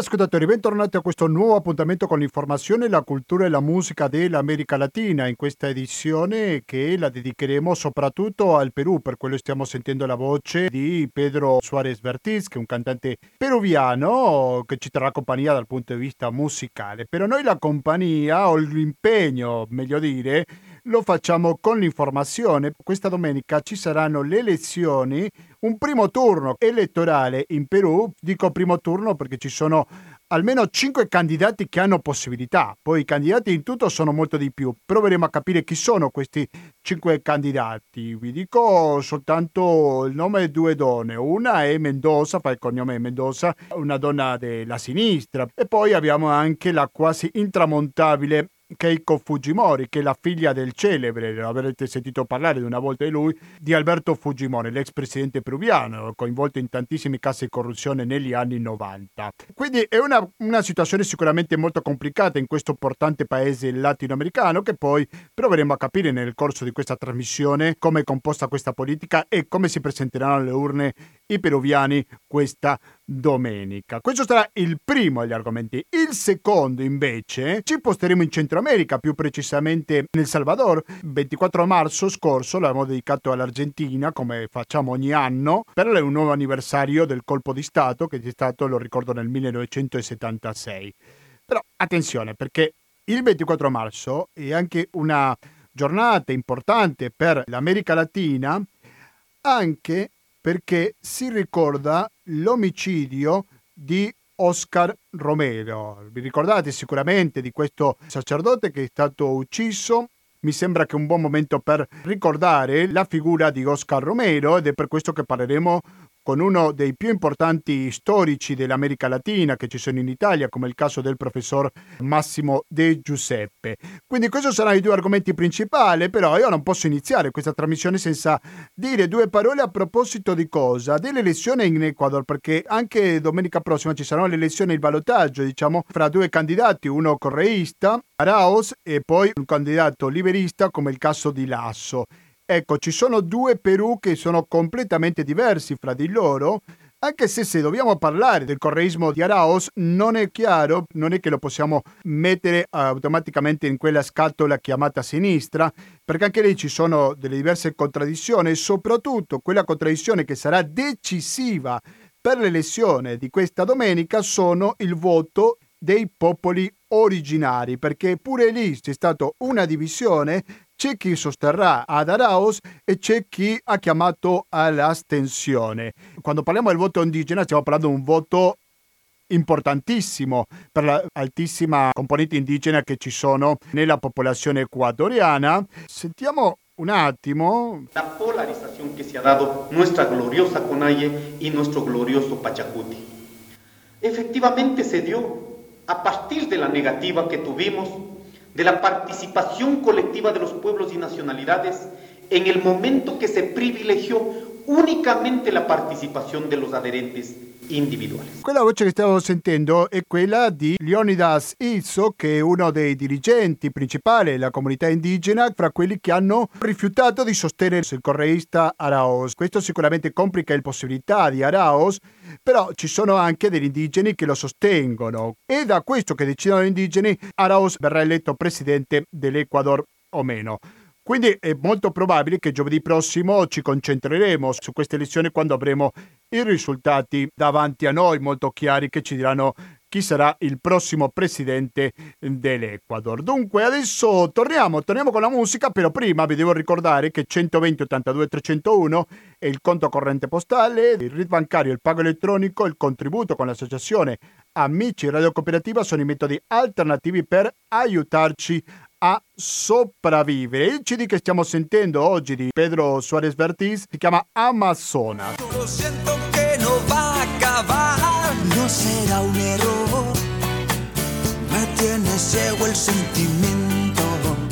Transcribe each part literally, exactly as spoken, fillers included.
ascoltatori, bentornati a questo nuovo appuntamento con l'informazione, la cultura e la musica dell'America Latina. In questa edizione che la dedicheremo soprattutto al Perù, per quello stiamo sentendo la voce di Pedro Suárez Vértiz, che è un cantante peruviano che ci terrà compagnia dal punto di vista musicale. Però noi la compagnia, o l'impegno, meglio dire, lo facciamo con l'informazione. Questa domenica ci saranno le elezioni, un primo turno elettorale in Perù. Dico primo turno perché ci sono almeno cinque candidati che hanno possibilità. Poi i candidati in tutto sono molto di più. Proveremo a capire chi sono questi cinque candidati. Vi dico soltanto il nome di due donne. Una è Mendoza, fa il cognome Mendoza, una donna della sinistra. E poi abbiamo anche la quasi intramontabile Keiko Fujimori, che è la figlia del celebre, avrete sentito parlare di una volta di lui, di Alberto Fujimori, l'ex presidente peruviano, coinvolto in tantissimi casi di corruzione negli anni novanta. Quindi è una, una situazione sicuramente molto complicata in questo importante paese latinoamericano, che poi proveremo a capire nel corso di questa trasmissione come è composta questa politica e come si presenteranno alle urne i peruviani questa domenica. Questo sarà il primo degli argomenti. Il secondo invece ci sposteremo in Centro America, più precisamente nel Salvador. ventiquattro marzo scorso l'abbiamo dedicato all'Argentina, come facciamo ogni anno, per un nuovo anniversario del colpo di Stato, che è stato, lo ricordo, nel millenovecentosettantasei. Però attenzione, perché il ventiquattro marzo è anche una giornata importante per l'America Latina, anche perché si ricorda l'omicidio di Oscar Romero. Vi ricordate sicuramente di questo sacerdote che è stato ucciso? Mi sembra che è un buon momento per ricordare la figura di Oscar Romero, ed è per questo che parleremo con uno dei più importanti storici dell'America Latina che ci sono in Italia, come il caso del professor Massimo De Giuseppe. Quindi questi saranno i due argomenti principali, però io non posso iniziare questa trasmissione senza dire due parole a proposito di cosa? Dell'elezione in Ecuador, perché anche domenica prossima ci saranno le elezioni, il ballottaggio, diciamo, fra due candidati, uno correista, Arauz, e poi un candidato liberista come il caso di Lasso. Ecco, ci sono due Perù che sono completamente diversi fra di loro, anche se se dobbiamo parlare del correismo di Arauz non è chiaro, non è che lo possiamo mettere automaticamente in quella scatola chiamata sinistra, perché anche lì ci sono delle diverse contraddizioni, e soprattutto quella contraddizione che sarà decisiva per l'elezione di questa domenica sono il voto dei popoli originari, perché pure lì c'è stata una divisione. C'è chi sosterrà ad Arauz e c'è chi ha chiamato all'astensione. Quando parliamo del voto indigena stiamo parlando di un voto importantissimo per l'altissima componente indigena che ci sono nella popolazione ecuatoriana. Sentiamo un attimo la polarización que se ha dado nuestra gloriosa Conalle y nuestro glorioso Pachacuti. Efectivamente se dio a partir de la negativa que tuvimos de la participación colectiva de los pueblos y nacionalidades en el momento que se privilegiò unicamente la participación de los adherentes individuales. Quella voce che stavo sentendo è quella di Leonidas Izzo, che è uno dei dirigenti principali della comunità indigena, fra quelli che hanno rifiutato di sostenere il correista Arauz. Questo sicuramente complica le possibilità di Arauz, però ci sono anche degli indigeni che lo sostengono, e da questo che decidono gli indigeni Arauz verrà eletto presidente dell'Ecuador o meno. Quindi è molto probabile che giovedì prossimo ci concentreremo su queste elezioni, quando avremo i risultati davanti a noi molto chiari che ci diranno chi sarà il prossimo presidente dell'Ecuador. Dunque adesso torniamo, torniamo con la musica, però prima vi devo ricordare che centoventi ottantadue trecentouno è il conto corrente postale, il R I D bancario, il pago elettronico, il contributo con l'associazione Amici Radio Cooperativa sono i metodi alternativi per aiutarci a sopravvivere. Il C D che stiamo sentendo oggi di Pedro Suárez Vértiz si chiama Amazonas. Lo siento que no va a acabar, no será un error, me tiene ciego el sentimiento,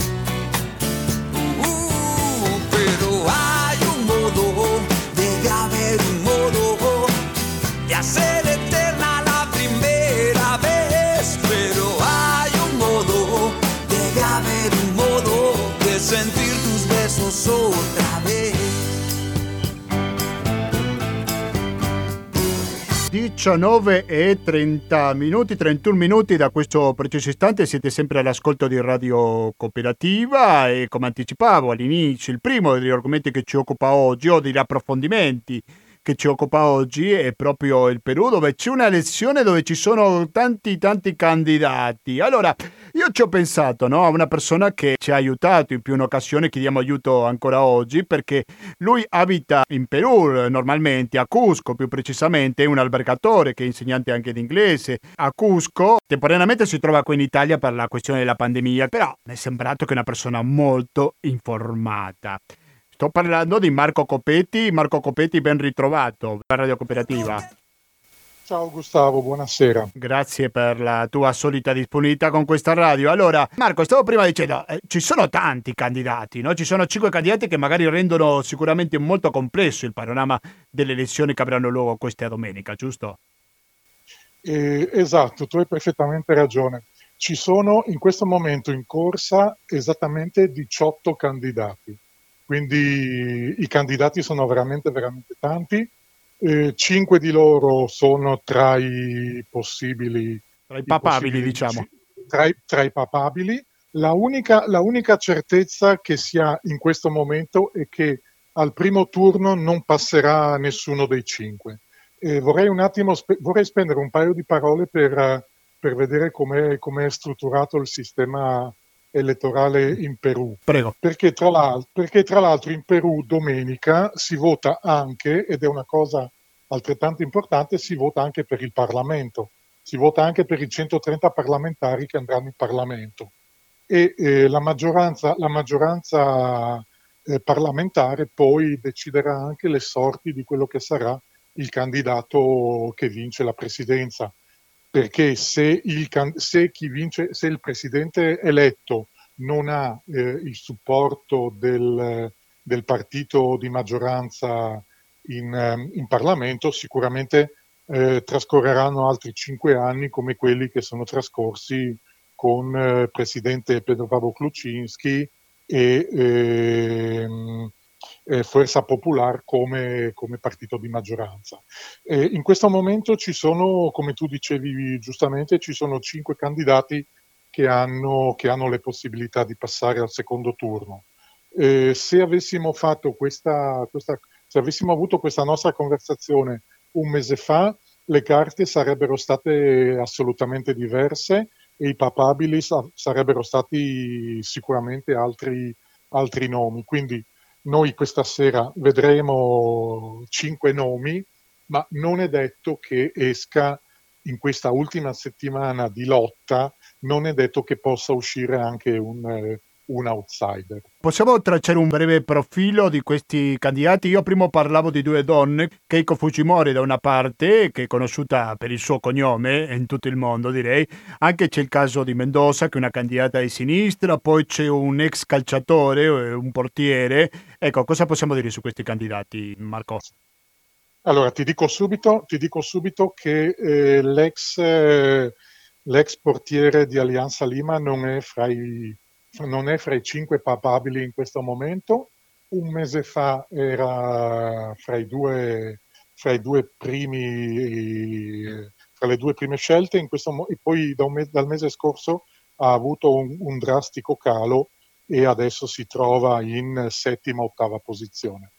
uh, pero hay un modo, debe haber un modo de hacer eterna la primera vez, pero hay un modo, debe haber un modo de sentir tus besos otra vez. diciannove e trenta minuti, trentuno minuti da questo preciso istante, siete sempre all'ascolto di Radio Cooperativa e come anticipavo all'inizio, il primo degli argomenti che ci occupa oggi o degli approfondimenti che ci occupa oggi è proprio il Perù, dove c'è una elezione dove ci sono tanti tanti candidati. Allora, io ci ho pensato, no, a una persona che ci ha aiutato in più un'occasione, chiediamo aiuto ancora oggi, perché lui abita in Perù normalmente, a Cusco più precisamente, è un albergatore che è insegnante anche di inglese a Cusco, temporaneamente si trova qui in Italia per la questione della pandemia, però mi è sembrato che è una persona molto informata. Sto parlando di Marco Copetti. Marco Copetti, ben ritrovato a Radio Cooperativa. Ciao Gustavo, buonasera. Grazie per la tua solita disponibilità con questa radio. Allora, Marco, stavo prima dicendo, eh, ci sono tanti candidati, no? Ci sono cinque candidati che magari rendono sicuramente molto complesso il panorama delle elezioni che avranno luogo questa domenica, giusto? Eh, esatto, tu hai perfettamente ragione. Ci sono in questo momento in corsa esattamente diciotto candidati, quindi i candidati sono veramente, veramente tanti. Eh, cinque di loro sono tra i possibili, Tra i i papabili, possibili diciamo. tra, i, tra i papabili. La unica, la unica certezza che si ha in questo momento è che al primo turno non passerà nessuno dei cinque. Eh, vorrei un attimo spe- vorrei spendere un paio di parole per, per vedere com'è, com'è strutturato il sistema elettorale in Perù. Prego. Perché tra, l'altro, perché tra l'altro in Perù domenica si vota anche, ed è una cosa altrettanto importante, si vota anche per il Parlamento, si vota anche per i centotrenta parlamentari che andranno in Parlamento e eh, la maggioranza, la maggioranza eh, parlamentare poi deciderà anche le sorti di quello che sarà il candidato che vince la presidenza. Perché se il, se chi vince, se il presidente eletto non ha eh, il supporto del, del partito di maggioranza in, in Parlamento, sicuramente eh, trascorreranno altri cinque anni come quelli che sono trascorsi con il eh, presidente Pedro Pablo Kuczynski e ehm, eh, Forza Popular come, come partito di maggioranza. Eh, in questo momento ci sono, come tu dicevi giustamente, ci sono cinque candidati che hanno, che hanno le possibilità di passare al secondo turno. Eh, se avessimo fatto questa, questa, se avessimo avuto questa nostra conversazione un mese fa, le carte sarebbero state assolutamente diverse e i papabili sa- sarebbero stati sicuramente altri, altri nomi. Quindi noi questa sera vedremo cinque nomi, ma non è detto che esca in questa ultima settimana di lotta, non è detto che possa uscire anche un, eh, un outsider. Possiamo tracciare un breve profilo di questi candidati? Io prima parlavo di due donne, Keiko Fujimori da una parte, che è conosciuta per il suo cognome in tutto il mondo direi, anche c'è il caso di Mendoza che è una candidata di sinistra, poi c'è un ex calciatore, un portiere. Ecco, cosa possiamo dire su questi candidati, Marco? Allora, ti dico subito, ti dico subito che eh, l'ex, eh, l'ex portiere di Alianza Lima non è fra i non è fra i cinque papabili in questo momento. Un mese fa era fra i due, fra i due primi, fra le due prime scelte, in questo, e poi da un mese, dal mese scorso ha avuto un, un drastico calo e adesso si trova in settima, ottava posizione.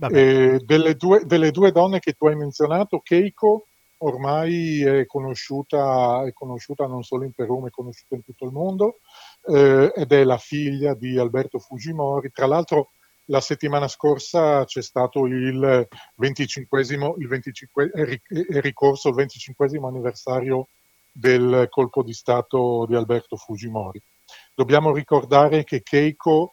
E delle, due, delle due donne che tu hai menzionato, Keiko ormai è conosciuta, è conosciuta non solo in Perù, ma è conosciuta in tutto il mondo, eh, ed è la figlia di Alberto Fujimori. Tra l'altro la settimana scorsa c'è stato il venticinquesimo, il venticinque, è ricorso il venticinquesimo anniversario del colpo di Stato di Alberto Fujimori. Dobbiamo ricordare che Keiko,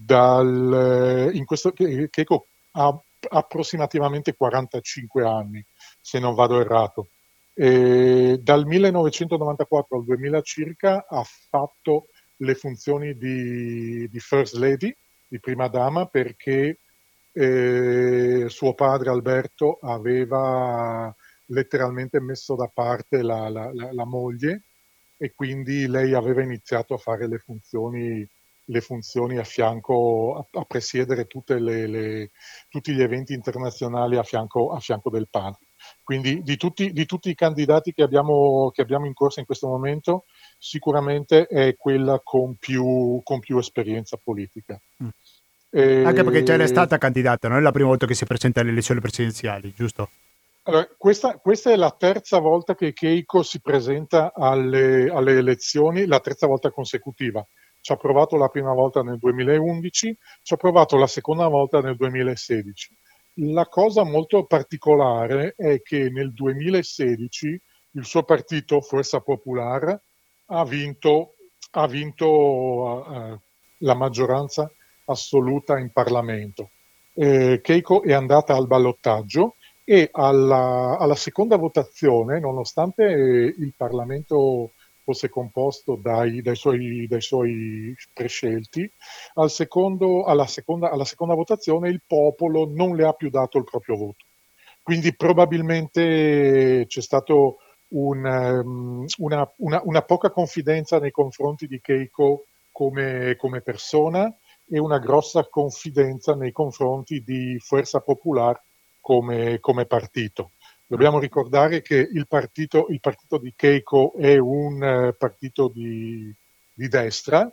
dal, in questo, Keiko ha approssimativamente quarantacinque anni, se non vado errato. E dal millenovecentonovantaquattro al duemila circa ha fatto le funzioni di, di First Lady, di prima dama, perché eh, suo padre Alberto aveva letteralmente messo da parte la, la, la, la moglie e quindi lei aveva iniziato a fare le funzioni, le funzioni a fianco, a, a presiedere tutte le, le, tutti gli eventi internazionali a fianco, a fianco del padre. Quindi di tutti, di tutti i candidati che abbiamo, che abbiamo in corsa in questo momento, sicuramente è quella con più, con più esperienza politica. Mm. E... Anche perché già era stata candidata, non è la prima volta che si presenta alle elezioni presidenziali, giusto? Allora, questa, questa è la terza volta che Keiko si presenta alle, alle elezioni, la terza volta consecutiva. Ci ha provato la prima volta nel duemilaundici, ci ha provato la seconda volta nel duemilasedici. La cosa molto particolare è che nel duemilasedici il suo partito, Forza Popular, ha vinto, ha vinto uh, la maggioranza assoluta in Parlamento. Eh, Keiko è andata al ballottaggio e alla, alla seconda votazione, nonostante il Parlamento fosse composto dai, dai, suoi, dai suoi prescelti, al secondo, alla, seconda, alla seconda votazione il popolo non le ha più dato il proprio voto. Quindi probabilmente c'è stato un, um, una, una, una poca confidenza nei confronti di Keiko come, come persona e una grossa confidenza nei confronti di Forza Popular come, come partito. Dobbiamo ricordare che il partito, il partito di Keiko è un uh, partito di, di destra,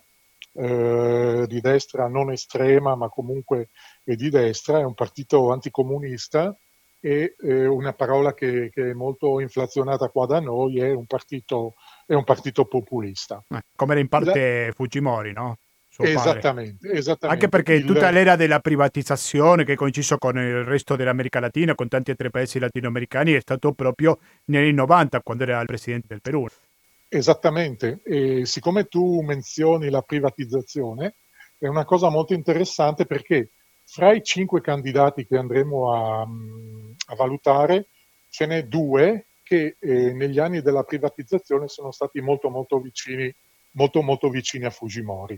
uh, di destra non estrema ma comunque è di destra, è un partito anticomunista e eh, una parola che, che è molto inflazionata qua da noi è un partito, è un partito populista. Eh, come era in parte La... Fujimori, no? Suo esattamente, padre. esattamente. Anche perché il... tutta l'era della privatizzazione che ha coinciso con il resto dell'America Latina, con tanti altri paesi latinoamericani, è stato proprio negli anni novanta, quando era il presidente del Perù. Esattamente, e siccome tu menzioni la privatizzazione, è una cosa molto interessante perché fra i cinque candidati che andremo a, a valutare, ce n'è due che eh, negli anni della privatizzazione sono stati molto molto vicini, molto molto vicini a Fujimori.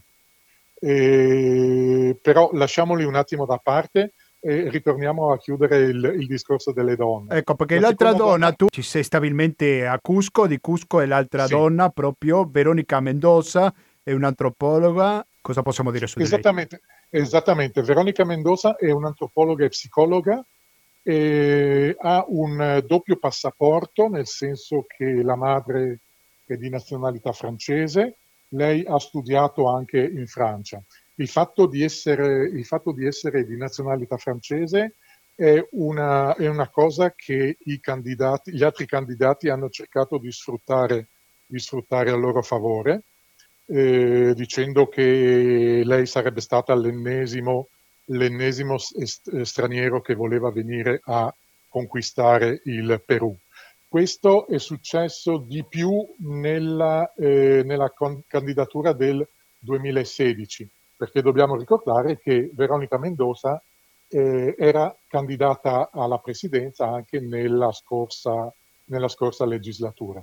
E, però lasciamoli un attimo da parte e ritorniamo a chiudere il, il discorso delle donne. Ecco, perché la l'altra donna, donna, tu ci sei stabilmente a Cusco, di Cusco è l'altra sì. donna, proprio Veronica Mendoza, è un'antropologa. Cosa possiamo dire su esattamente, di lei? Esattamente, Veronica Mendoza è un'antropologa e psicologa, e ha un doppio passaporto, nel senso che la madre è di nazionalità francese, lei ha studiato anche in Francia. Il fatto di essere, il fatto di, essere di nazionalità francese è una, è una cosa che i candidati, gli altri candidati hanno cercato di sfruttare, di sfruttare a loro favore, eh, dicendo che lei sarebbe stata l'ennesimo, l'ennesimo est- straniero che voleva venire a conquistare il Perù. Questo è successo di più nella, eh, nella con- candidatura del duemilasedici, perché dobbiamo ricordare che Veronica Mendoza eh, era candidata alla presidenza anche nella scorsa, nella scorsa legislatura.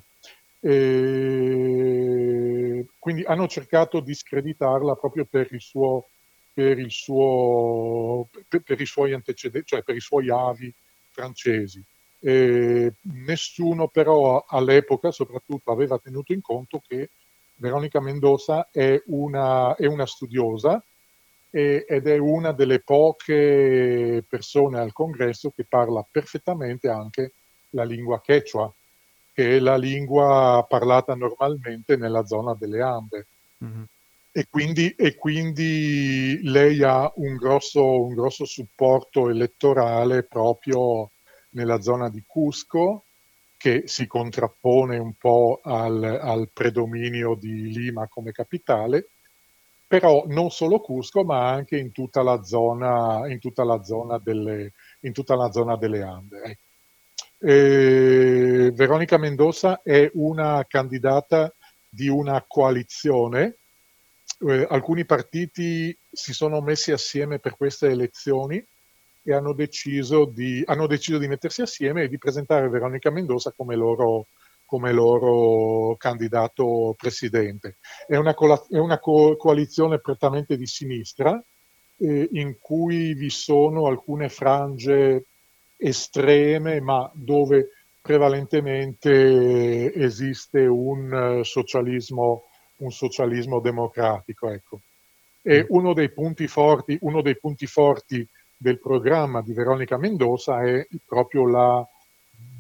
E quindi hanno cercato di screditarla proprio per il suo, per il suo, per, per i suoi antecedenti, cioè per i suoi avi francesi. E nessuno però all'epoca soprattutto aveva tenuto in conto che Veronica Mendoza è una, è una studiosa e, ed è una delle poche persone al congresso che parla perfettamente anche la lingua quechua, che è la lingua parlata normalmente nella zona delle Ande. Mm-hmm. E, quindi, e quindi lei ha un grosso, un grosso supporto elettorale proprio nella zona di Cusco, che si contrappone un po' al, al predominio di Lima come capitale, però non solo Cusco, ma anche in tutta la zona, in tutta la zona delle, in tutta la zona delle Ande. Ecco. Eh, Veronica Mendoza è una candidata di una coalizione. Eh, alcuni partiti si sono messi assieme per queste elezioni e hanno deciso di, hanno deciso di mettersi assieme e di presentare Veronica Mendoza come loro, come loro candidato presidente. È una, è una co- coalizione prettamente di sinistra, eh, in cui vi sono alcune frange estreme, ma dove prevalentemente esiste un socialismo, un socialismo democratico. Ecco. E uno dei punti forti, uno dei punti forti del programma di Veronica Mendoza è proprio la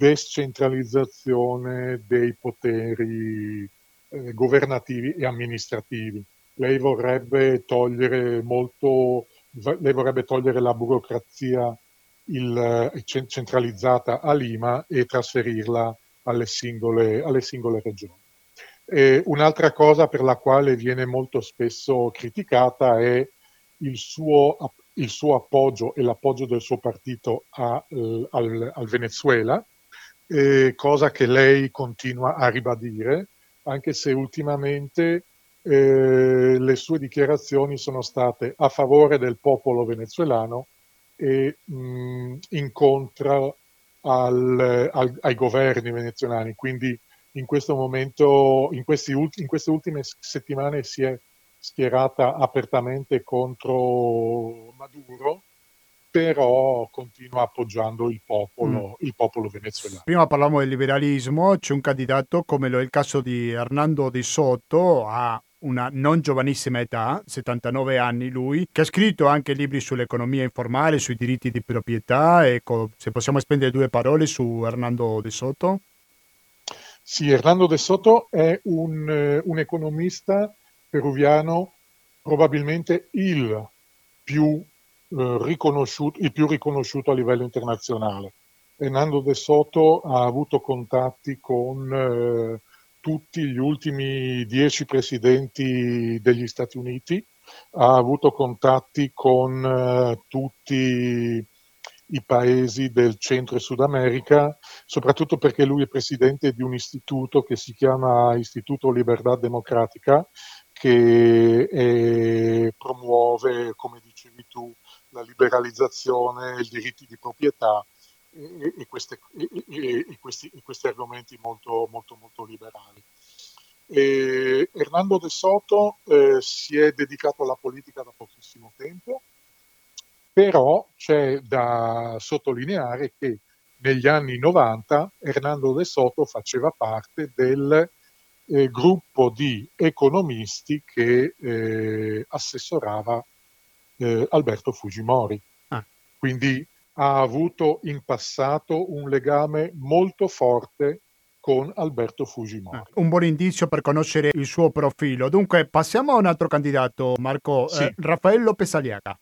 descentralizzazione dei poteri eh, governativi e amministrativi. Lei vorrebbe togliere molto, lei vorrebbe togliere la burocrazia il, eh, centralizzata a Lima e trasferirla alle singole, alle singole regioni. E un'altra cosa per la quale viene molto spesso criticata è il suo, il suo appoggio e l'appoggio del suo partito a, eh, al, al Venezuela, eh, cosa che lei continua a ribadire, anche se ultimamente eh, le sue dichiarazioni sono state a favore del popolo venezuelano e mh, incontra al, al, ai governi venezuelani. Quindi in questo momento, in, questi ulti, in queste ultime settimane si è schierata apertamente contro Maduro, però continua appoggiando il popolo, mm. il popolo venezuelano. Prima parlavamo del liberalismo, c'è un candidato come lo è il caso di Hernando de Soto, ha una non giovanissima età, settantanove anni lui, che ha scritto anche libri sull'economia informale, sui diritti di proprietà. Ecco, se possiamo spendere due parole su Hernando de Soto. Sì, Hernando de Soto è un, un economista peruviano, probabilmente il più, eh, riconosciuto, il più riconosciuto a livello internazionale. Hernando de Soto ha avuto contatti con eh, tutti gli ultimi dieci presidenti degli Stati Uniti, ha avuto contatti con eh, tutti i paesi del Centro e Sud America, soprattutto perché lui è presidente di un istituto che si chiama Istituto Libertà Democratica, che è, promuove, come dicevi tu, la liberalizzazione, i diritti di proprietà e, e, queste, e, e, questi, e questi argomenti molto, molto, molto liberali. E Hernando de Soto eh, si è dedicato alla politica da pochissimo tempo, però c'è da sottolineare che negli anni novanta Hernando de Soto faceva parte del eh, gruppo di economisti che eh, assessorava eh, Alberto Fujimori. Ah. Quindi ha avuto in passato un legame molto forte con Alberto Fujimori. Ah, un buon indizio per conoscere il suo profilo. Dunque, passiamo a un altro candidato, Marco, sì. eh, Rafael López Aliaga.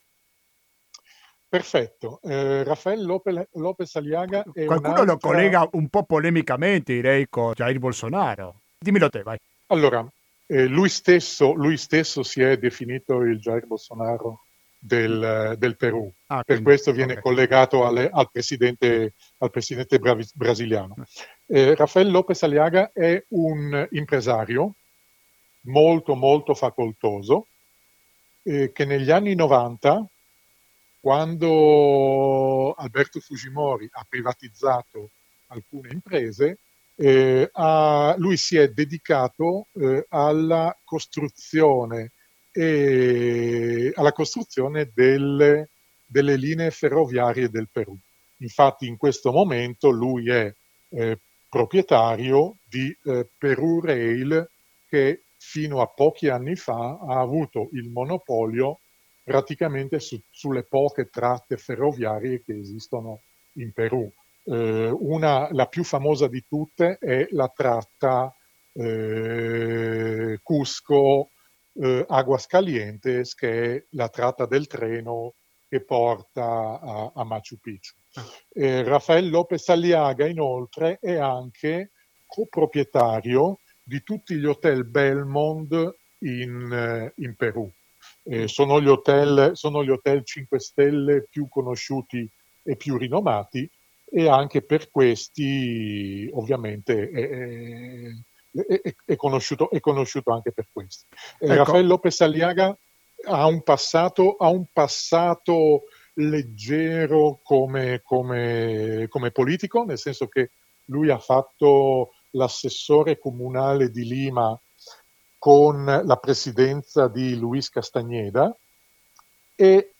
Perfetto, eh, Rafael López, López Aliaga è Qualcuno lo collega un po' polemicamente, direi, con Jair Bolsonaro. Dimmelo te, vai. Allora, eh, lui, stesso, lui stesso si è definito il Jair Bolsonaro del, del Perù, ah, per quindi, questo viene okay. collegato alle, al presidente, al presidente bravi, brasiliano. Eh, Rafael López Aliaga è un impresario molto molto facoltoso eh, che negli anni novanta, quando Alberto Fujimori ha privatizzato alcune imprese, eh, ha, lui si è dedicato eh, alla costruzione e alla costruzione delle, delle linee ferroviarie del Perù. Infatti in questo momento lui è eh, proprietario di eh, Peru Rail, che fino a pochi anni fa ha avuto il monopolio praticamente su, sulle poche tratte ferroviarie che esistono in Perù. Eh, una, la più famosa di tutte è la tratta eh, Cusco eh, Aguascalientes, che è la tratta del treno che porta a, a Machu Picchu. Eh, Rafael López Aliaga inoltre è anche coproprietario di tutti gli hotel Belmond in, in Perù. Eh, sono, gli hotel, sono gli hotel cinque stelle più conosciuti e più rinomati, e anche per questi ovviamente è, è, è, è, conosciuto, è conosciuto anche per questi. Eh, ecco. Rafael López Aliaga ha un passato, ha un passato leggero come, come, come politico, nel senso che lui ha fatto l'assessore comunale di Lima con la presidenza di Luis Castañeda. E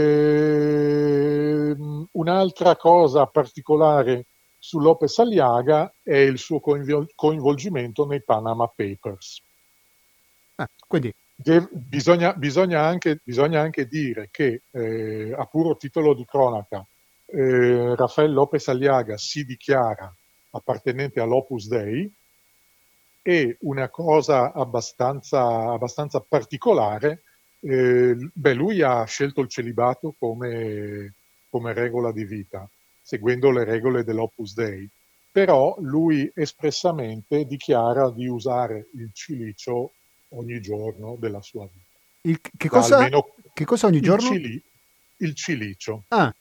eh, un'altra cosa particolare su López Aliaga è il suo coinvol- coinvolgimento nei Panama Papers. Ah, quindi De- bisogna, bisogna, anche, bisogna anche dire che eh, a puro titolo di cronaca eh, Rafael López Aliaga si dichiara appartenente all'Opus Dei, e una cosa abbastanza, abbastanza particolare, eh, beh, lui ha scelto il celibato come, come regola di vita, seguendo le regole dell'Opus Dei, però lui espressamente dichiara di usare il cilicio ogni giorno della sua vita. Il, che, Da cosa, almeno che cosa ogni il, giorno? cili, il cilicio. Ah,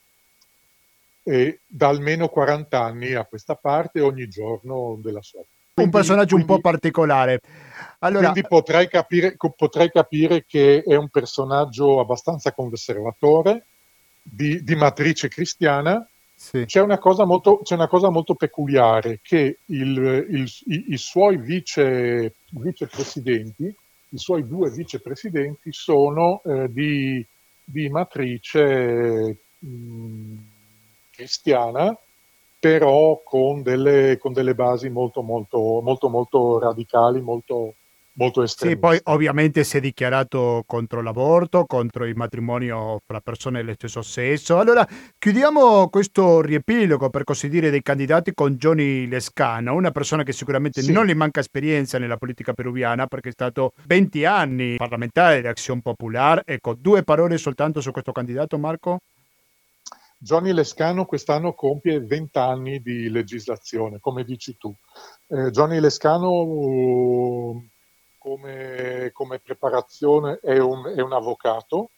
E da almeno quaranta anni a questa parte, ogni giorno della sua vita. un Quindi, personaggio un po' quindi, particolare. Allora, quindi potrei capire, co- potrei capire che è un personaggio abbastanza conservatore, di, di matrice cristiana. sì. C'è una cosa molto, c'è una cosa molto peculiare, che il- il- i, i suoi vice, vicepresidenti, i suoi due vicepresidenti sono eh, di, di matrice mh, cristiana, però con delle, con delle basi molto, molto, molto, molto radicali, molto, molto Sì, poi estremiste. ovviamente si è dichiarato contro l'aborto, contro il matrimonio fra persone dello stesso sesso. Allora, chiudiamo questo riepilogo, per così dire, dei candidati con Johnny Lescano, una persona che sicuramente non Sì. gli manca esperienza nella politica peruviana, perché è stato venti anni parlamentare di Azione Popular. Ecco, due parole soltanto su questo candidato, Marco? Johnny Lescano quest'anno compie venti anni di legislazione, come dici tu. Eh, Johnny Lescano uh, come, come preparazione è un, è un avvocato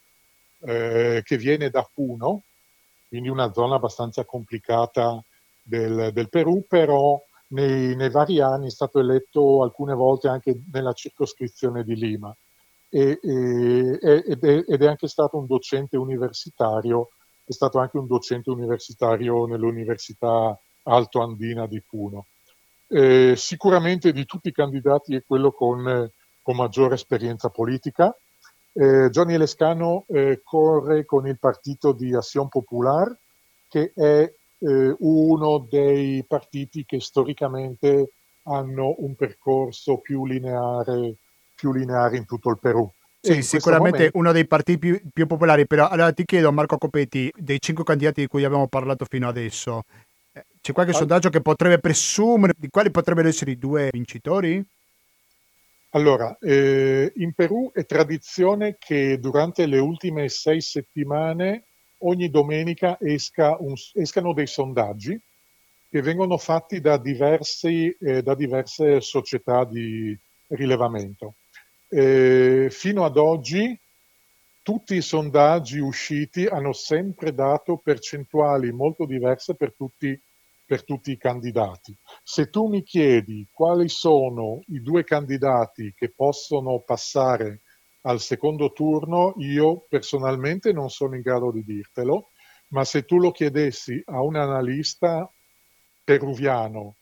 eh, che viene da Puno, quindi una zona abbastanza complicata del, del Perù, però nei, nei vari anni è stato eletto alcune volte anche nella circoscrizione di Lima e, e, ed, è, ed è anche stato un docente universitario, è stato anche un docente universitario nell'Università Alto Andina di Puno. Eh, sicuramente di tutti i candidati è quello con, con maggiore esperienza politica. Eh, Johnny Lescano eh, corre con il partito di Azione Popular, che è eh, uno dei partiti che storicamente hanno un percorso più lineare, più lineare in tutto il Perù. E Sì, in questo sicuramente momento, uno dei partiti più, più popolari, però allora ti chiedo, Marco Copetti, dei cinque candidati di cui abbiamo parlato fino adesso, eh, c'è qualche sondaggio che potrebbe presumere di quali potrebbero essere i due vincitori? allora, eh, in Perù è tradizione che durante le ultime sei settimane, ogni domenica esca un- escano dei sondaggi che vengono fatti da, diversi, eh, da diverse società di rilevamento. Eh, fino ad oggi tutti i sondaggi usciti hanno sempre dato percentuali molto diverse per tutti, per tutti i candidati. Se tu mi chiedi quali sono i due candidati che possono passare al secondo turno, io personalmente non sono in grado di dirtelo, ma se tu lo chiedessi a un analista peruviano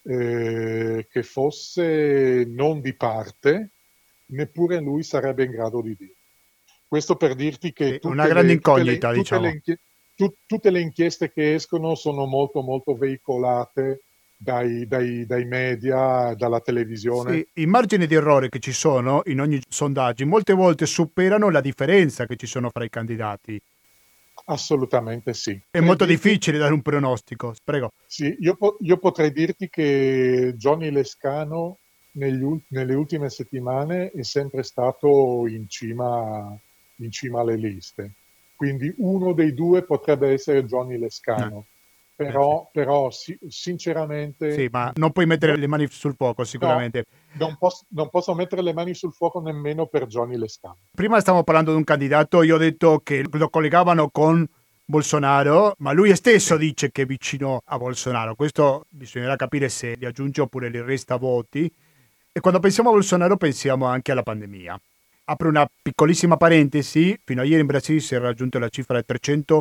eh, che fosse non di parte, neppure lui sarebbe in grado di dirlo. Questo per dirti che Sì, una tutte grande le, tutte le, incognita, tutte le diciamo. inchie- tu- tutte le inchieste che escono sono molto, molto veicolate dai, dai- dai media, dalla televisione. Sì, i margini di errore che ci sono in ogni sondaggio molte volte superano la differenza che ci sono fra i candidati. Assolutamente sì. È Potrei molto dirti, difficile dare un pronostico. Prego. sì, io, po- io potrei dirti che Johnny Lescano negli ul- nelle ultime settimane è sempre stato in cima, in cima alle liste. Quindi uno dei due potrebbe essere Johnny Eh, Lescano. eh, sì. Però, però sì, sinceramente, Sì, ma non puoi mettere no, le mani sul fuoco, no, sicuramente. non posso, non posso mettere le mani sul fuoco nemmeno per Johnny Lescano. Prima stavamo parlando di un candidato, io ho detto che lo collegavano con Bolsonaro, ma lui stesso Sì. dice che è vicino a Bolsonaro. Questo bisognerà capire se li aggiunge oppure li resta voti. E quando pensiamo a Bolsonaro pensiamo anche alla pandemia. Apro una piccolissima parentesi, fino a ieri in Brasile si è raggiunta la cifra di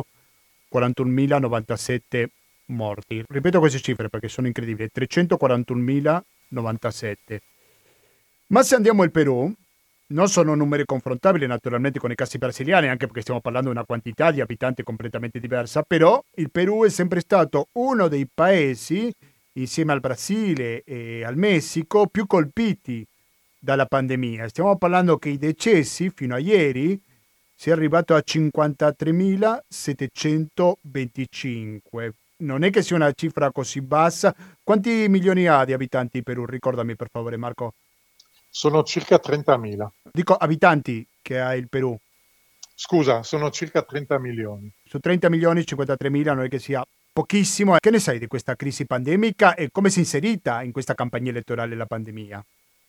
trecentoquarantunomilanovantasette morti. Ripeto queste cifre perché sono incredibili, trecentoquarantunomilanovantasette. Ma se andiamo al Perù, non sono numeri confrontabili naturalmente con i casi brasiliani, anche perché stiamo parlando di una quantità di abitanti completamente diversa, però il Perù è sempre stato uno dei paesi, insieme al Brasile e al Messico, più colpiti dalla pandemia. Stiamo parlando che i decessi fino a ieri si è arrivato a cinquantatremilasettecentoventicinque. non è che sia una cifra così bassa. Quanti milioni ha di abitanti il Perù? Ricordami per favore, Marco. Sono circa trentamila. Dico abitanti che ha il Perù. Scusa, sono circa trenta milioni. Su trenta milioni, cinquantatremila non è che sia pochissimo. Che ne sai di questa crisi pandemica e come si è inserita in questa campagna elettorale la pandemia?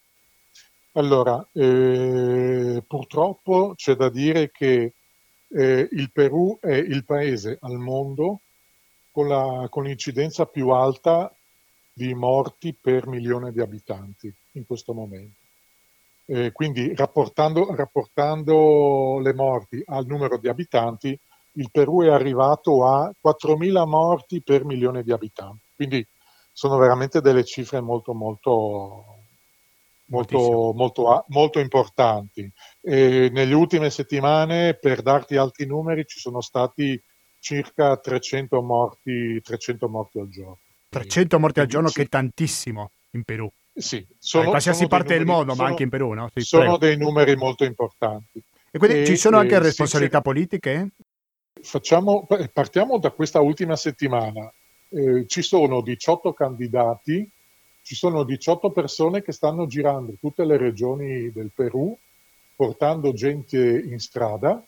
Allora, eh, purtroppo c'è da dire che eh, il Perù è il paese al mondo con la, con l'incidenza più alta di morti per milione di abitanti in questo momento. Eh, quindi rapportando, rapportando le morti al numero di abitanti, il Perù è arrivato a quattromila morti per milione di abitanti. Quindi sono veramente delle cifre molto, molto, molto, molto, molto importanti. E nelle ultime settimane, per darti altri numeri, ci sono stati circa trecento morti, trecento morti al giorno. trecento morti al Quindi, giorno, sì. Che è tantissimo in Perù. Sì, sono, in qualsiasi sono parte del numeri, mondo, sono, ma anche in Perù, no? Sì, sono prego. dei numeri molto importanti. E quindi E, ci sono anche eh, responsabilità sincer- politiche? Facciamo, partiamo da questa ultima settimana. Eh, ci sono diciotto candidati, ci sono diciotto persone che stanno girando tutte le regioni del Perù, portando gente in strada,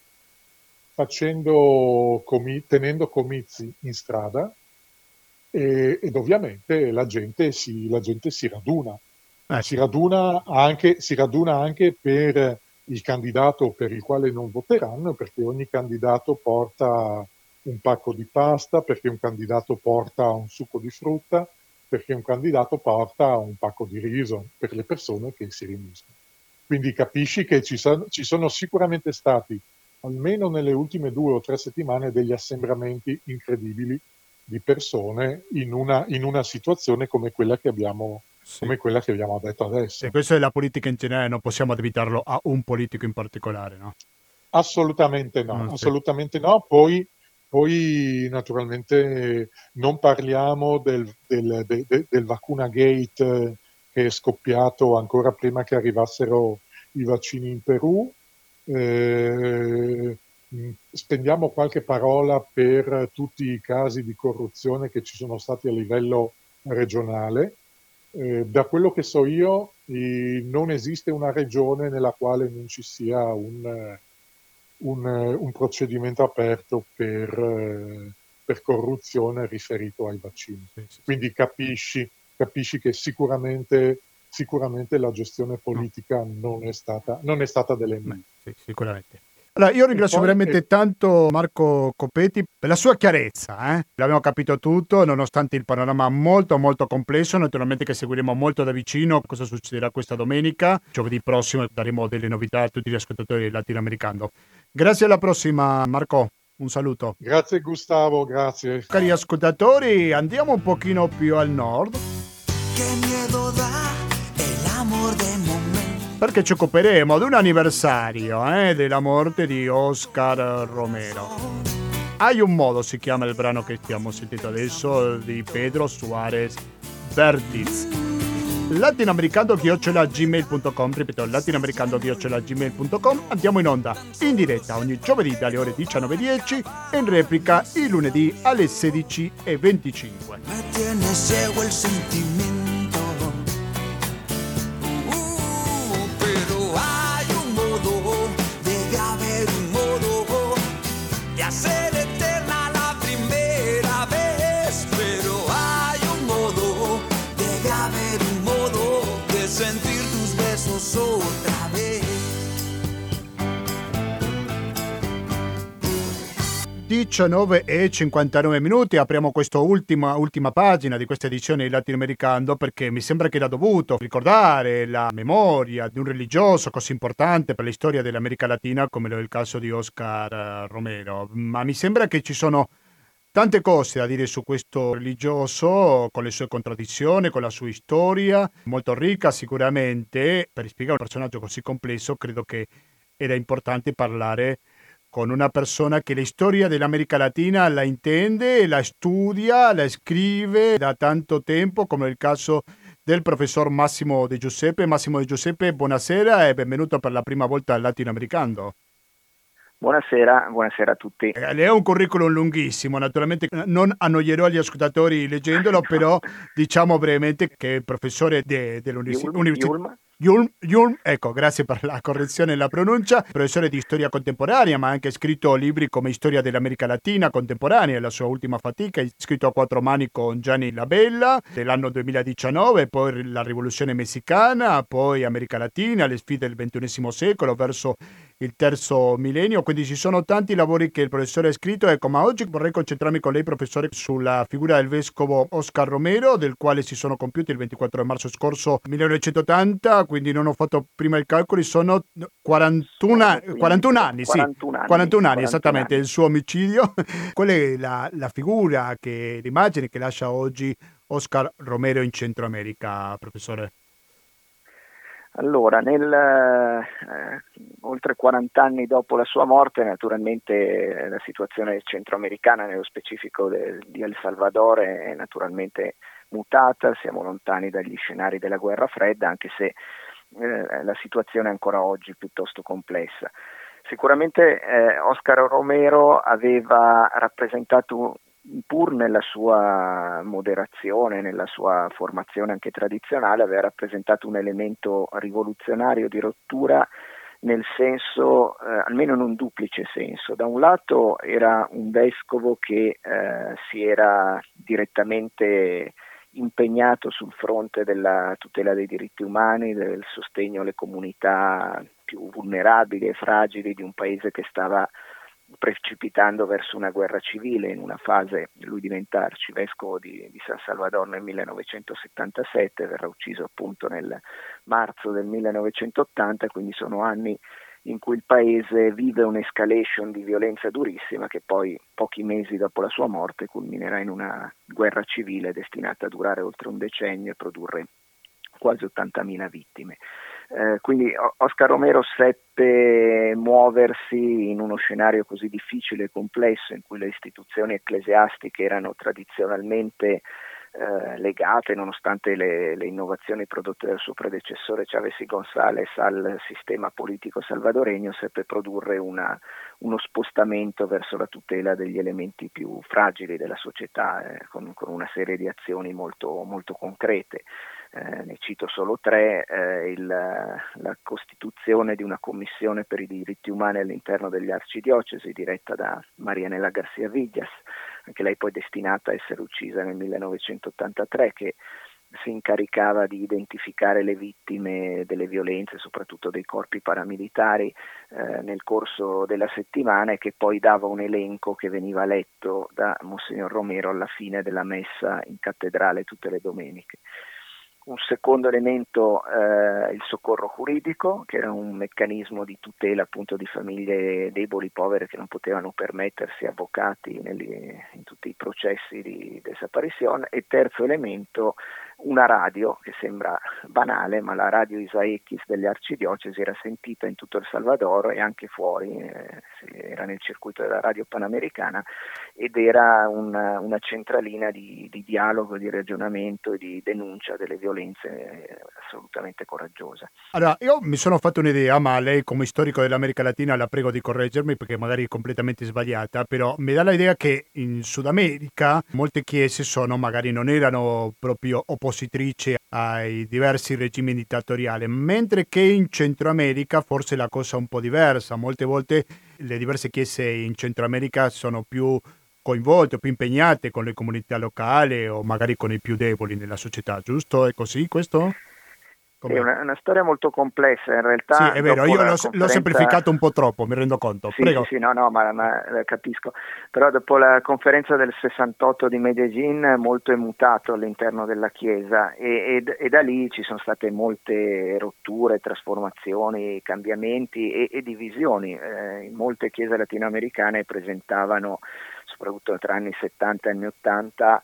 facendo comi- tenendo comizi in strada e- ed ovviamente la gente si, la gente si raduna. Eh, Si sì. raduna anche, si raduna anche per il candidato per il quale non voteranno, perché ogni candidato porta un pacco di pasta, perché un candidato porta un succo di frutta, perché un candidato porta un pacco di riso per le persone che si riuniscono. Quindi capisci che ci, son- ci sono sicuramente stati, almeno nelle ultime due o tre settimane, degli assembramenti incredibili di persone in una, in una situazione come quella che abbiamo Sì. come quella che abbiamo detto adesso. E questo è la politica in generale, non possiamo addebitarlo a un politico in particolare, no? Assolutamente no, Mm, sì. assolutamente no. Poi, poi naturalmente non parliamo del, del, de- de- del vacuna gate eh, che è scoppiato ancora prima che arrivassero i vaccini in Perù. Eh, mh, spendiamo qualche parola per tutti i casi di corruzione che ci sono stati a livello regionale. Eh, da quello che so io, eh, non esiste una regione nella quale non ci sia un, eh, un, eh, un procedimento aperto per, eh, per corruzione riferito ai vaccini. Sì, sì, sì. Quindi capisci, capisci che sicuramente, sicuramente la gestione politica non è stata, non è stata delle Beh, mie. sì, sicuramente. Allora, io ringrazio poi- veramente e- tanto Marco Coppetti per la sua chiarezza, eh? L'abbiamo capito tutto, nonostante il panorama molto molto complesso. Naturalmente che seguiremo molto da vicino cosa succederà questa domenica. Giovedì prossimo daremo delle novità a tutti gli ascoltatori latinoamericani. Grazie, alla prossima, Marco. Un saluto. Grazie Gustavo, grazie. Cari ascoltatori, andiamo un pochino più al nord, Qué miedo da el amor de momento. perché ci occuperemo ad un anniversario eh, della morte di Oscar Romero. Hai un modo, si chiama il brano che stiamo sentendo adesso, di Pedro Suarez Vertiz. latinoamericano chiocciola gmail punto com, ripeto, latinoamericano chiocciola gmail punto com. Andiamo in onda in diretta ogni giovedì dalle ore diciannove e dieci e in replica il lunedì alle sedici e venticinque. Me tiene ciego el sentimiento. Uh, pero hay un modo, debe haber un modo de hacer eterna la primera vez. Pero hay un modo, debe haber un modo de sentir tus besos otra vez. diciannove e cinquantanove minuti, apriamo questa ultima, ultima pagina di questa edizione di Latinoamericano perché mi sembra che era dovuto ricordare la memoria di un religioso così importante per la storia dell'America Latina come lo è il caso di Oscar Romero, ma mi sembra che ci sono tante cose da dire su questo religioso, con le sue contraddizioni, con la sua storia, molto ricca sicuramente. Per spiegare un personaggio così complesso credo che era importante parlare con una persona che la storia dell'America Latina la intende, la studia, la scrive da tanto tempo, come il caso del professor Massimo De Giuseppe. Massimo De Giuseppe, buonasera e benvenuto per la prima volta al Latinoamericano. Buonasera, buonasera a tutti. Eh, lei ha un curriculum lunghissimo, naturalmente non annoierò gli ascoltatori leggendolo, però diciamo brevemente che è il professore de, dell'università. Yulm, Yulm, Yulm, ecco, grazie per la correzione e la pronuncia, professore di storia contemporanea, ma ha anche scritto libri come Storia dell'America Latina contemporanea, la sua ultima fatica, ha scritto a quattro mani con Gianni Labella dell'anno duemiladiciannove, poi la rivoluzione messicana, poi America Latina, le sfide del ventunesimo secolo verso il terzo millennio, quindi ci sono tanti lavori che il professore ha scritto. Ecco, ma oggi vorrei concentrarmi con lei, professore, sulla figura del vescovo Oscar Romero, del quale si sono compiuti il ventiquattro marzo scorso millenovecentottanta, quindi non ho fatto prima i calcoli, sono quarantuno, quarantuno anni, sì, quarantuno anni, quarantuno anni esattamente, anni. il suo omicidio. Qual è la, la figura, che l'immagine che lascia oggi Oscar Romero in Centro America, professore? Allora, nel, eh, oltre quaranta anni dopo la sua morte, naturalmente la situazione centroamericana, nello specifico de, di El Salvador, è naturalmente mutata, siamo lontani dagli scenari della guerra fredda, anche se eh, la situazione è ancora oggi piuttosto complessa. Sicuramente eh, Oscar Romero aveva rappresentato, pur nella sua moderazione, nella sua formazione anche tradizionale, aveva rappresentato un elemento rivoluzionario di rottura, nel senso, eh, almeno in un duplice senso. Da un lato era un vescovo che eh, si era direttamente impegnato sul fronte della tutela dei diritti umani, del sostegno alle comunità più vulnerabili e fragili di un paese che stava precipitando verso una guerra civile. In una fase lui diventa arcivescovo di, di San Salvador nel millenovecentosettantasette, verrà ucciso appunto nel marzo del millenovecentottanta, quindi sono anni in cui il paese vive un'escalation di violenza durissima che poi pochi mesi dopo la sua morte culminerà in una guerra civile destinata a durare oltre un decennio e produrre quasi ottantamila vittime. Eh, quindi Oscar Romero seppe muoversi in uno scenario così difficile e complesso, in cui le istituzioni ecclesiastiche erano tradizionalmente eh, legate, nonostante le, le innovazioni prodotte dal suo predecessore Chávez y González, al sistema politico salvadoregno, seppe produrre una, uno spostamento verso la tutela degli elementi più fragili della società, eh, con, con una serie di azioni molto, molto concrete. Eh, ne cito solo tre: eh, il, la costituzione di una commissione per i diritti umani all'interno degli arcidiocesi diretta da Marianela García Villas, anche lei poi destinata a essere uccisa nel millenovecentottantatré, che si incaricava di identificare le vittime delle violenze, soprattutto dei corpi paramilitari, eh, nel corso della settimana, e che poi dava un elenco che veniva letto da Monsignor Romero alla fine della messa in cattedrale tutte le domeniche. Un secondo elemento, eh, il soccorro giuridico, che era un meccanismo di tutela appunto di famiglie deboli, povere, che non potevano permettersi avvocati negli, in tutti i processi di desaparizione. E terzo elemento, una radio, che sembra banale, ma la radio Isaekis delle arcidiocesi era sentita in tutto El Salvador e anche fuori, eh, era nel circuito della radio panamericana, ed era una, una centralina di, di dialogo, di ragionamento e di denuncia delle violenze, assolutamente coraggiosa. Allora, io mi sono fatto un'idea, ma lei come storico dell'America Latina la prego di correggermi perché magari è completamente sbagliata, però mi dà l'idea che in Sud America molte chiese sono, magari non erano proprio oppositrici ai diversi regimi dittatoriali, mentre che in Centro America forse la cosa è un po' diversa. Molte volte le diverse chiese in Centro America sono più coinvolte, più impegnate con le comunità locali o magari con i più deboli nella società, giusto? È così questo? È una, una storia molto complessa, in realtà. Sì, è vero, io l'ho, conferenza... l'ho semplificato un po' troppo, mi rendo conto. Sì, Prego. sì, sì, no, no, ma, ma capisco. Però dopo la conferenza del sessantotto di Medellin molto è mutato all'interno della Chiesa e, e, e da lì ci sono state molte rotture, trasformazioni, cambiamenti e, e divisioni. Eh, in molte chiese latinoamericane presentavano, soprattutto tra anni settanta e anni ottanta,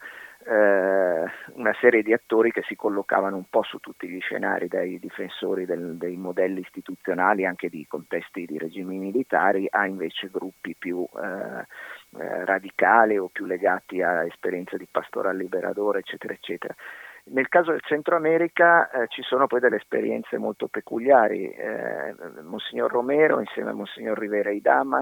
eh, una serie di attori che si collocavano un po' su tutti gli scenari, dai difensori del, dei modelli istituzionali, anche di contesti di regimi militari, a invece gruppi più eh, eh, radicali o più legati a esperienze di pastoral liberador, eccetera, eccetera. Nel caso del Centro America eh, ci sono poi delle esperienze molto peculiari. Eh, Monsignor Romero insieme a Monsignor Rivera y Damas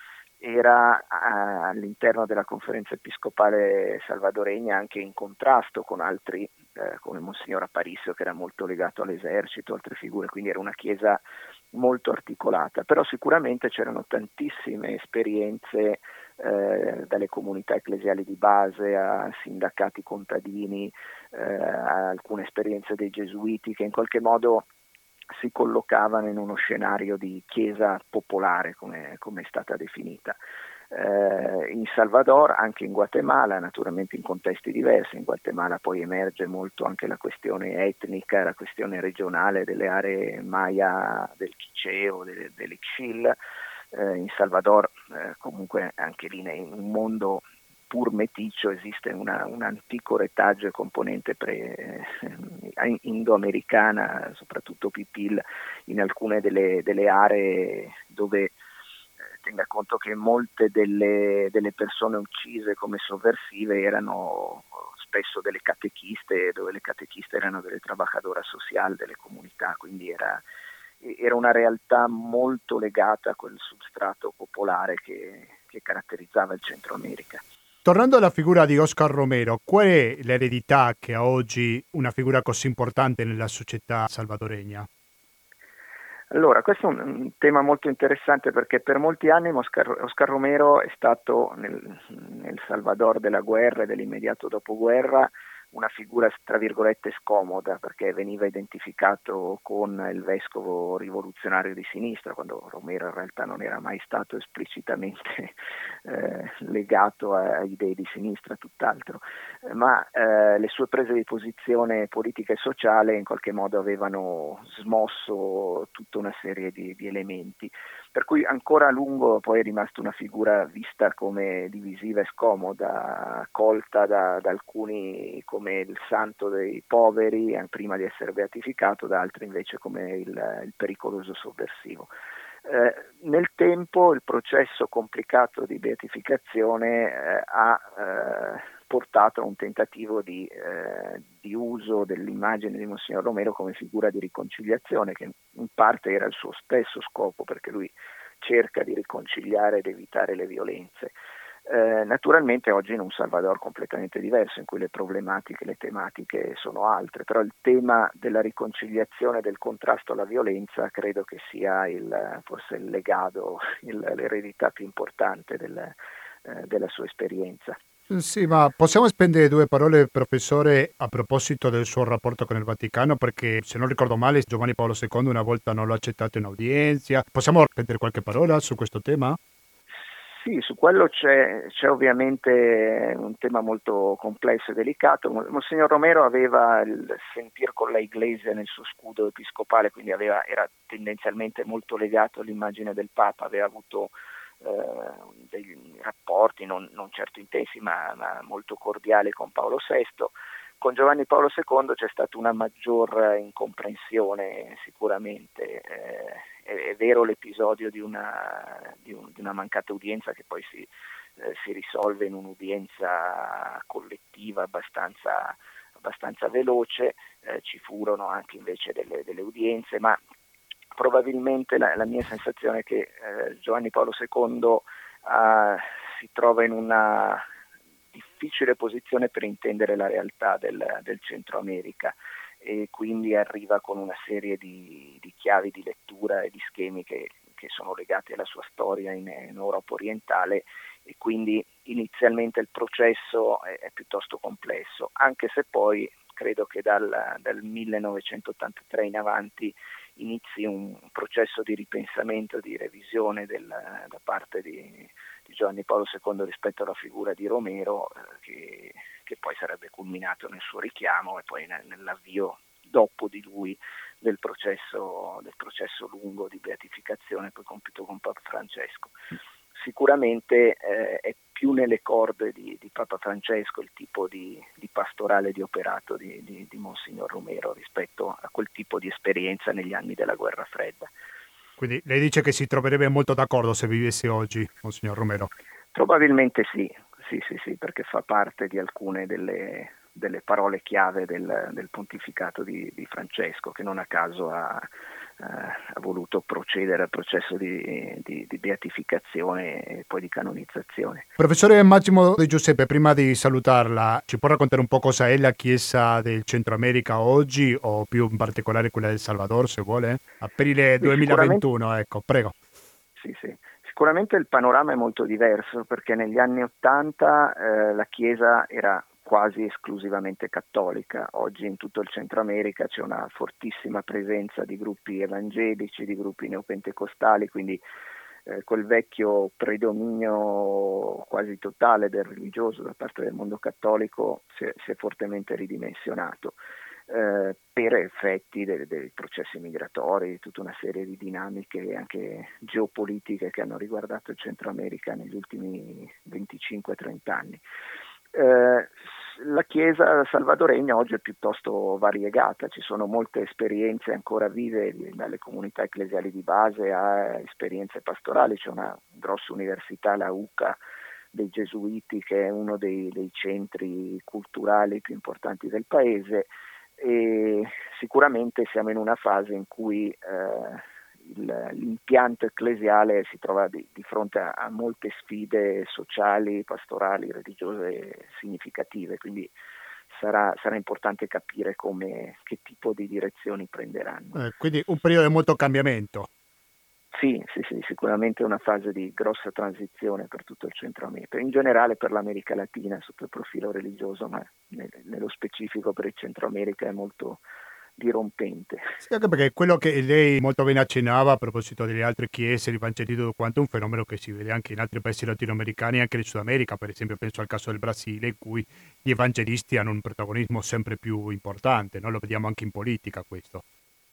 era a, all'interno della conferenza episcopale salvadoregna anche in contrasto con altri, eh, come Monsignor Aparicio, che era molto legato all'esercito, altre figure, quindi era una chiesa molto articolata, però sicuramente c'erano tantissime esperienze eh, dalle comunità ecclesiali di base a sindacati contadini, eh, a alcune esperienze dei gesuiti che in qualche modo si collocavano in uno scenario di chiesa popolare, come, come è stata definita. Eh, in Salvador, anche in Guatemala, naturalmente in contesti diversi. In Guatemala poi emerge molto anche la questione etnica, la questione regionale delle aree maya del Quicheo, del, dell'Ixil. Eh, in Salvador eh, comunque anche lì in un mondo pur meticcio esiste una, un antico retaggio e componente pre, eh, indoamericana, soprattutto pipil, in alcune delle, delle aree dove eh, tenga conto che molte delle, delle persone uccise come sovversive erano spesso delle catechiste, dove le catechiste erano delle trabajadoras social delle comunità, quindi era, era una realtà molto legata a quel substrato popolare che, che caratterizzava il Centro America. Tornando alla figura di Oscar Romero, qual è l'eredità che ha oggi una figura così importante nella società salvadoregna? Allora, questo è un, un tema molto interessante perché per molti anni Oscar, Oscar Romero è stato nel, nel Salvador della guerra e dell'immediato dopoguerra una figura tra virgolette scomoda, perché veniva identificato con il vescovo rivoluzionario di sinistra, quando Romero in realtà non era mai stato esplicitamente eh, legato a, a idee di sinistra, tutt'altro, eh, ma eh, le sue prese di posizione politica e sociale in qualche modo avevano smosso tutta una serie di, di elementi, per cui ancora a lungo poi è rimasta una figura vista come divisiva e scomoda, colta da, da alcuni come il santo dei poveri prima di essere beatificato, da altri invece come il, il pericoloso sovversivo. Eh, nel tempo il processo complicato di beatificazione eh, ha eh, portato a un tentativo di, eh, di uso dell'immagine di Monsignor Romero come figura di riconciliazione, che in parte era il suo stesso scopo, perché lui cerca di riconciliare ed evitare le violenze. Eh, naturalmente oggi in un Salvador completamente diverso, in cui le problematiche, le tematiche sono altre, però il tema della riconciliazione, del contrasto alla violenza, credo che sia il, forse il legato, il, l'eredità più importante del, eh, della sua esperienza. Sì, ma possiamo spendere due parole, professore, a proposito del suo rapporto con il Vaticano, perché se non ricordo male Giovanni Paolo secondo una volta non l'ha accettato in udienza. Possiamo spendere qualche parola su questo tema? Sì, su quello c'è, c'è ovviamente un tema molto complesso e delicato. Monsignor Romero aveva il sentir con la Iglesia nel suo scudo episcopale, quindi aveva, era tendenzialmente molto legato all'immagine del Papa, aveva avuto eh, dei rapporti non, non certo intensi ma, ma molto cordiali con Paolo sesto. Con Giovanni Paolo secondo c'è stata una maggior incomprensione sicuramente, eh, è, è vero l'episodio di una, di, un, di una mancata udienza che poi si, eh, si risolve in un'udienza collettiva abbastanza, abbastanza veloce, eh, ci furono anche invece delle, delle udienze, ma probabilmente la, la mia sensazione è che eh, Giovanni Paolo secondo eh, si trova in una difficile posizione per intendere la realtà del, del Centro America e quindi arriva con una serie di, di chiavi di lettura e di schemi che, che sono legati alla sua storia in, in Europa orientale e quindi inizialmente il processo è, è piuttosto complesso, anche se poi credo che dal, dal millenovecentottantatré in avanti inizi un processo di ripensamento, di revisione del, da parte di, di Giovanni Paolo secondo rispetto alla figura di Romero, eh, che, che poi sarebbe culminato nel suo richiamo e poi nel, nell'avvio dopo di lui del processo, del processo lungo di beatificazione poi compiuto con Papa Francesco. Sicuramente eh, è più nelle corde di, di Papa Francesco il tipo di, di pastorale, di operato di, di, di Monsignor Romero rispetto a quel tipo di esperienza negli anni della guerra fredda. Quindi lei dice che si troverebbe molto d'accordo se vivesse oggi, Monsignor Romero? Probabilmente sì, sì, sì, sì, perché fa parte di alcune delle, delle parole chiave del, del pontificato di, di Francesco, che non a caso ha, ha voluto procedere al processo di, di, di beatificazione e poi di canonizzazione. Professore Massimo De Giuseppe, prima di salutarla, ci può raccontare un po' cosa è la Chiesa del Centro America oggi, o più in particolare quella del Salvador, se vuole? Aprile duemilaventuno, ecco, prego. Sì, sì. Sicuramente il panorama è molto diverso, perché negli anni Ottanta eh, la Chiesa era quasi esclusivamente cattolica. Oggi in tutto il Centro America c'è una fortissima presenza di gruppi evangelici, di gruppi neopentecostali, quindi eh, quel vecchio predominio quasi totale del religioso da parte del mondo cattolico si è, si è fortemente ridimensionato. Eh, per effetti dei, dei processi migratori, tutta una serie di dinamiche anche geopolitiche che hanno riguardato il Centro America negli ultimi venticinque trenta anni. Eh, la Chiesa salvadoregna oggi è piuttosto variegata, ci sono molte esperienze ancora vive dalle comunità ecclesiali di base a esperienze pastorali. C'è una grossa università, la U C A dei Gesuiti, che è uno dei, dei centri culturali più importanti del paese, e sicuramente siamo in una fase in cui eh, il, l'impianto ecclesiale si trova di, di fronte a, a molte sfide sociali, pastorali, religiose significative, quindi sarà, sarà importante capire come, che tipo di direzioni prenderanno. Eh, quindi un periodo di molto cambiamento. Sì, sì, sì, sicuramente una fase di grossa transizione per tutto il Centro America, in generale per l'America Latina sotto il profilo religioso, ma nello specifico per il Centro America è molto dirompente. Sì, anche perché quello che lei molto bene accennava a proposito delle altre chiese, l'Evangeli tutto quanto, è un fenomeno che si vede anche in altri paesi latinoamericani, anche in Sud America, per esempio penso al caso del Brasile, in cui gli evangelisti hanno un protagonismo sempre più importante, no? Lo vediamo anche in politica questo.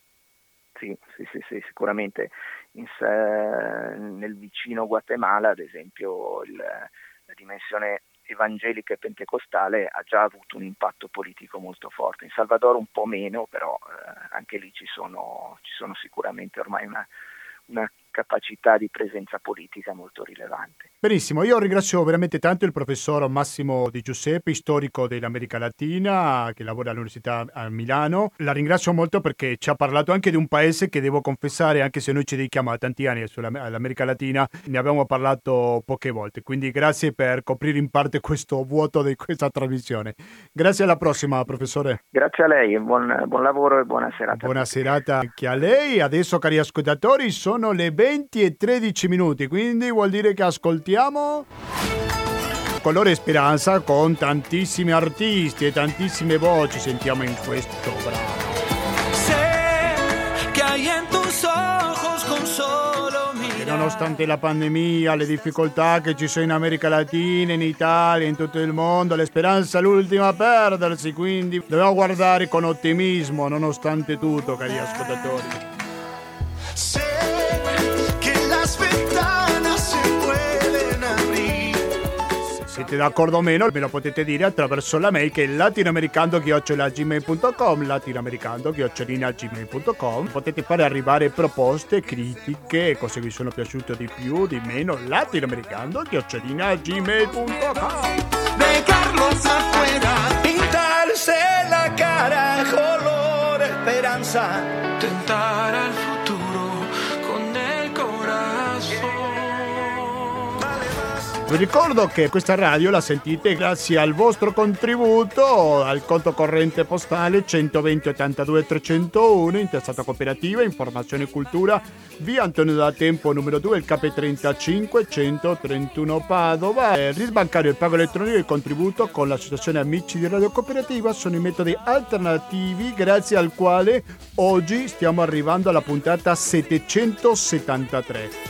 Sì, sì, sì, sì, sicuramente in sé, nel vicino Guatemala, ad esempio, il, la dimensione evangelica e pentecostale ha già avuto un impatto politico molto forte. In Salvador un po' meno, però eh, anche lì ci sono, ci sono sicuramente ormai una, una capacità di presenza politica molto rilevante. Benissimo, io ringrazio veramente tanto il professor Massimo Di Giuseppe, storico dell'America Latina, che lavora all'Università a Milano. La ringrazio molto perché ci ha parlato anche di un paese che, devo confessare, anche se noi ci dedichiamo a tanti anni all'America Latina, ne abbiamo parlato poche volte, quindi grazie per coprire in parte questo vuoto di questa trasmissione. Grazie, alla prossima, professore. Grazie a lei, buon, buon lavoro e buona serata. Buona serata anche a lei. Adesso, cari ascoltatori, sono le venti e tredici minuti, quindi vuol dire che ascoltiamo Colore Speranza con tantissimi artisti e tantissime voci. Sentiamo in questo brano. Sé que hay en tus ojos con solo mirar. E nonostante la pandemia, le difficoltà che ci sono in America Latina, in Italia, in tutto il mondo, la speranza è l'ultima a perdersi, quindi dobbiamo guardare con ottimismo nonostante tutto, cari ascoltatori. Siete d'accordo o meno, me lo potete dire attraverso la mail che è latinoamericano chiocciola gmail punto com, latinoamericano chiocciola gmail punto com. Potete fare arrivare proposte, critiche, cose che vi sono piaciute di più, di meno, latinoamericano chiocciola gmail punto com. Dejarlos afuera, pintarse la cara, color esperanza, tentar al futuro con el corazón. Vi ricordo che questa radio la sentite grazie al vostro contributo al conto corrente postale centoventi ottantadue trecentouno, intestata cooperativa, informazione e cultura, via Antonio da Tempo numero due, il K trentacinque centotrentuno Padova. Il RIS bancario, il pago elettronico e il contributo con l'associazione Amici di Radio Cooperativa sono i metodi alternativi grazie al quale oggi stiamo arrivando alla puntata settecentosettantatré.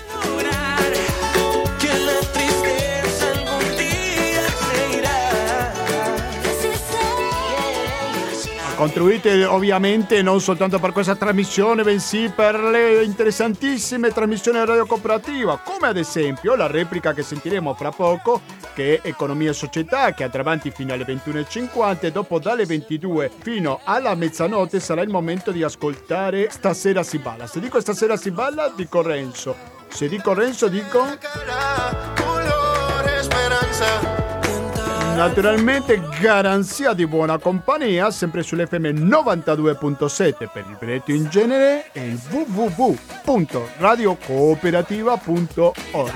Contribuite ovviamente non soltanto per questa trasmissione, bensì per le interessantissime trasmissioni di Radio Cooperativa, come ad esempio la replica che sentiremo fra poco, che è Economia e Società, che andrà avanti fino alle ventuno e cinquanta, e dopo dalle ventidue fino alla mezzanotte sarà il momento di ascoltare Stasera si balla. Se dico Stasera si balla, dico Renzo. Se dico Renzo, dico... Color esperanza. Naturalmente garanzia di buona compagnia, sempre sull'F M novantadue virgola sette per il Veneto in genere e il w w w punto radio cooperativa punto org.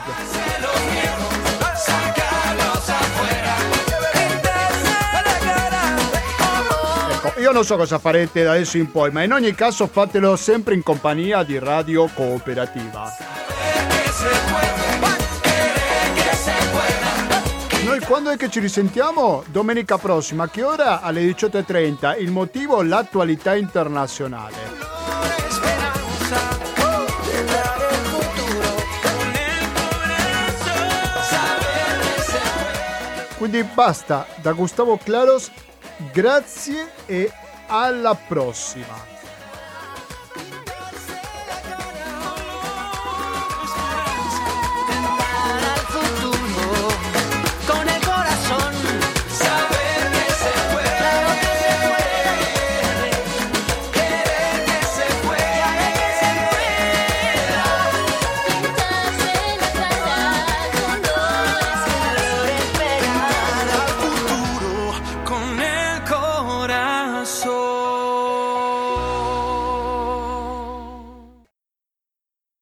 Ecco, io non so cosa farete da adesso in poi, ma in ogni caso fatelo sempre in compagnia di Radio Cooperativa. Noi quando è che ci risentiamo? Domenica prossima, a che ora? Alle diciotto e trenta. Il motivo? L'attualità internazionale. Quindi basta, da Gustavo Claros, grazie e alla prossima.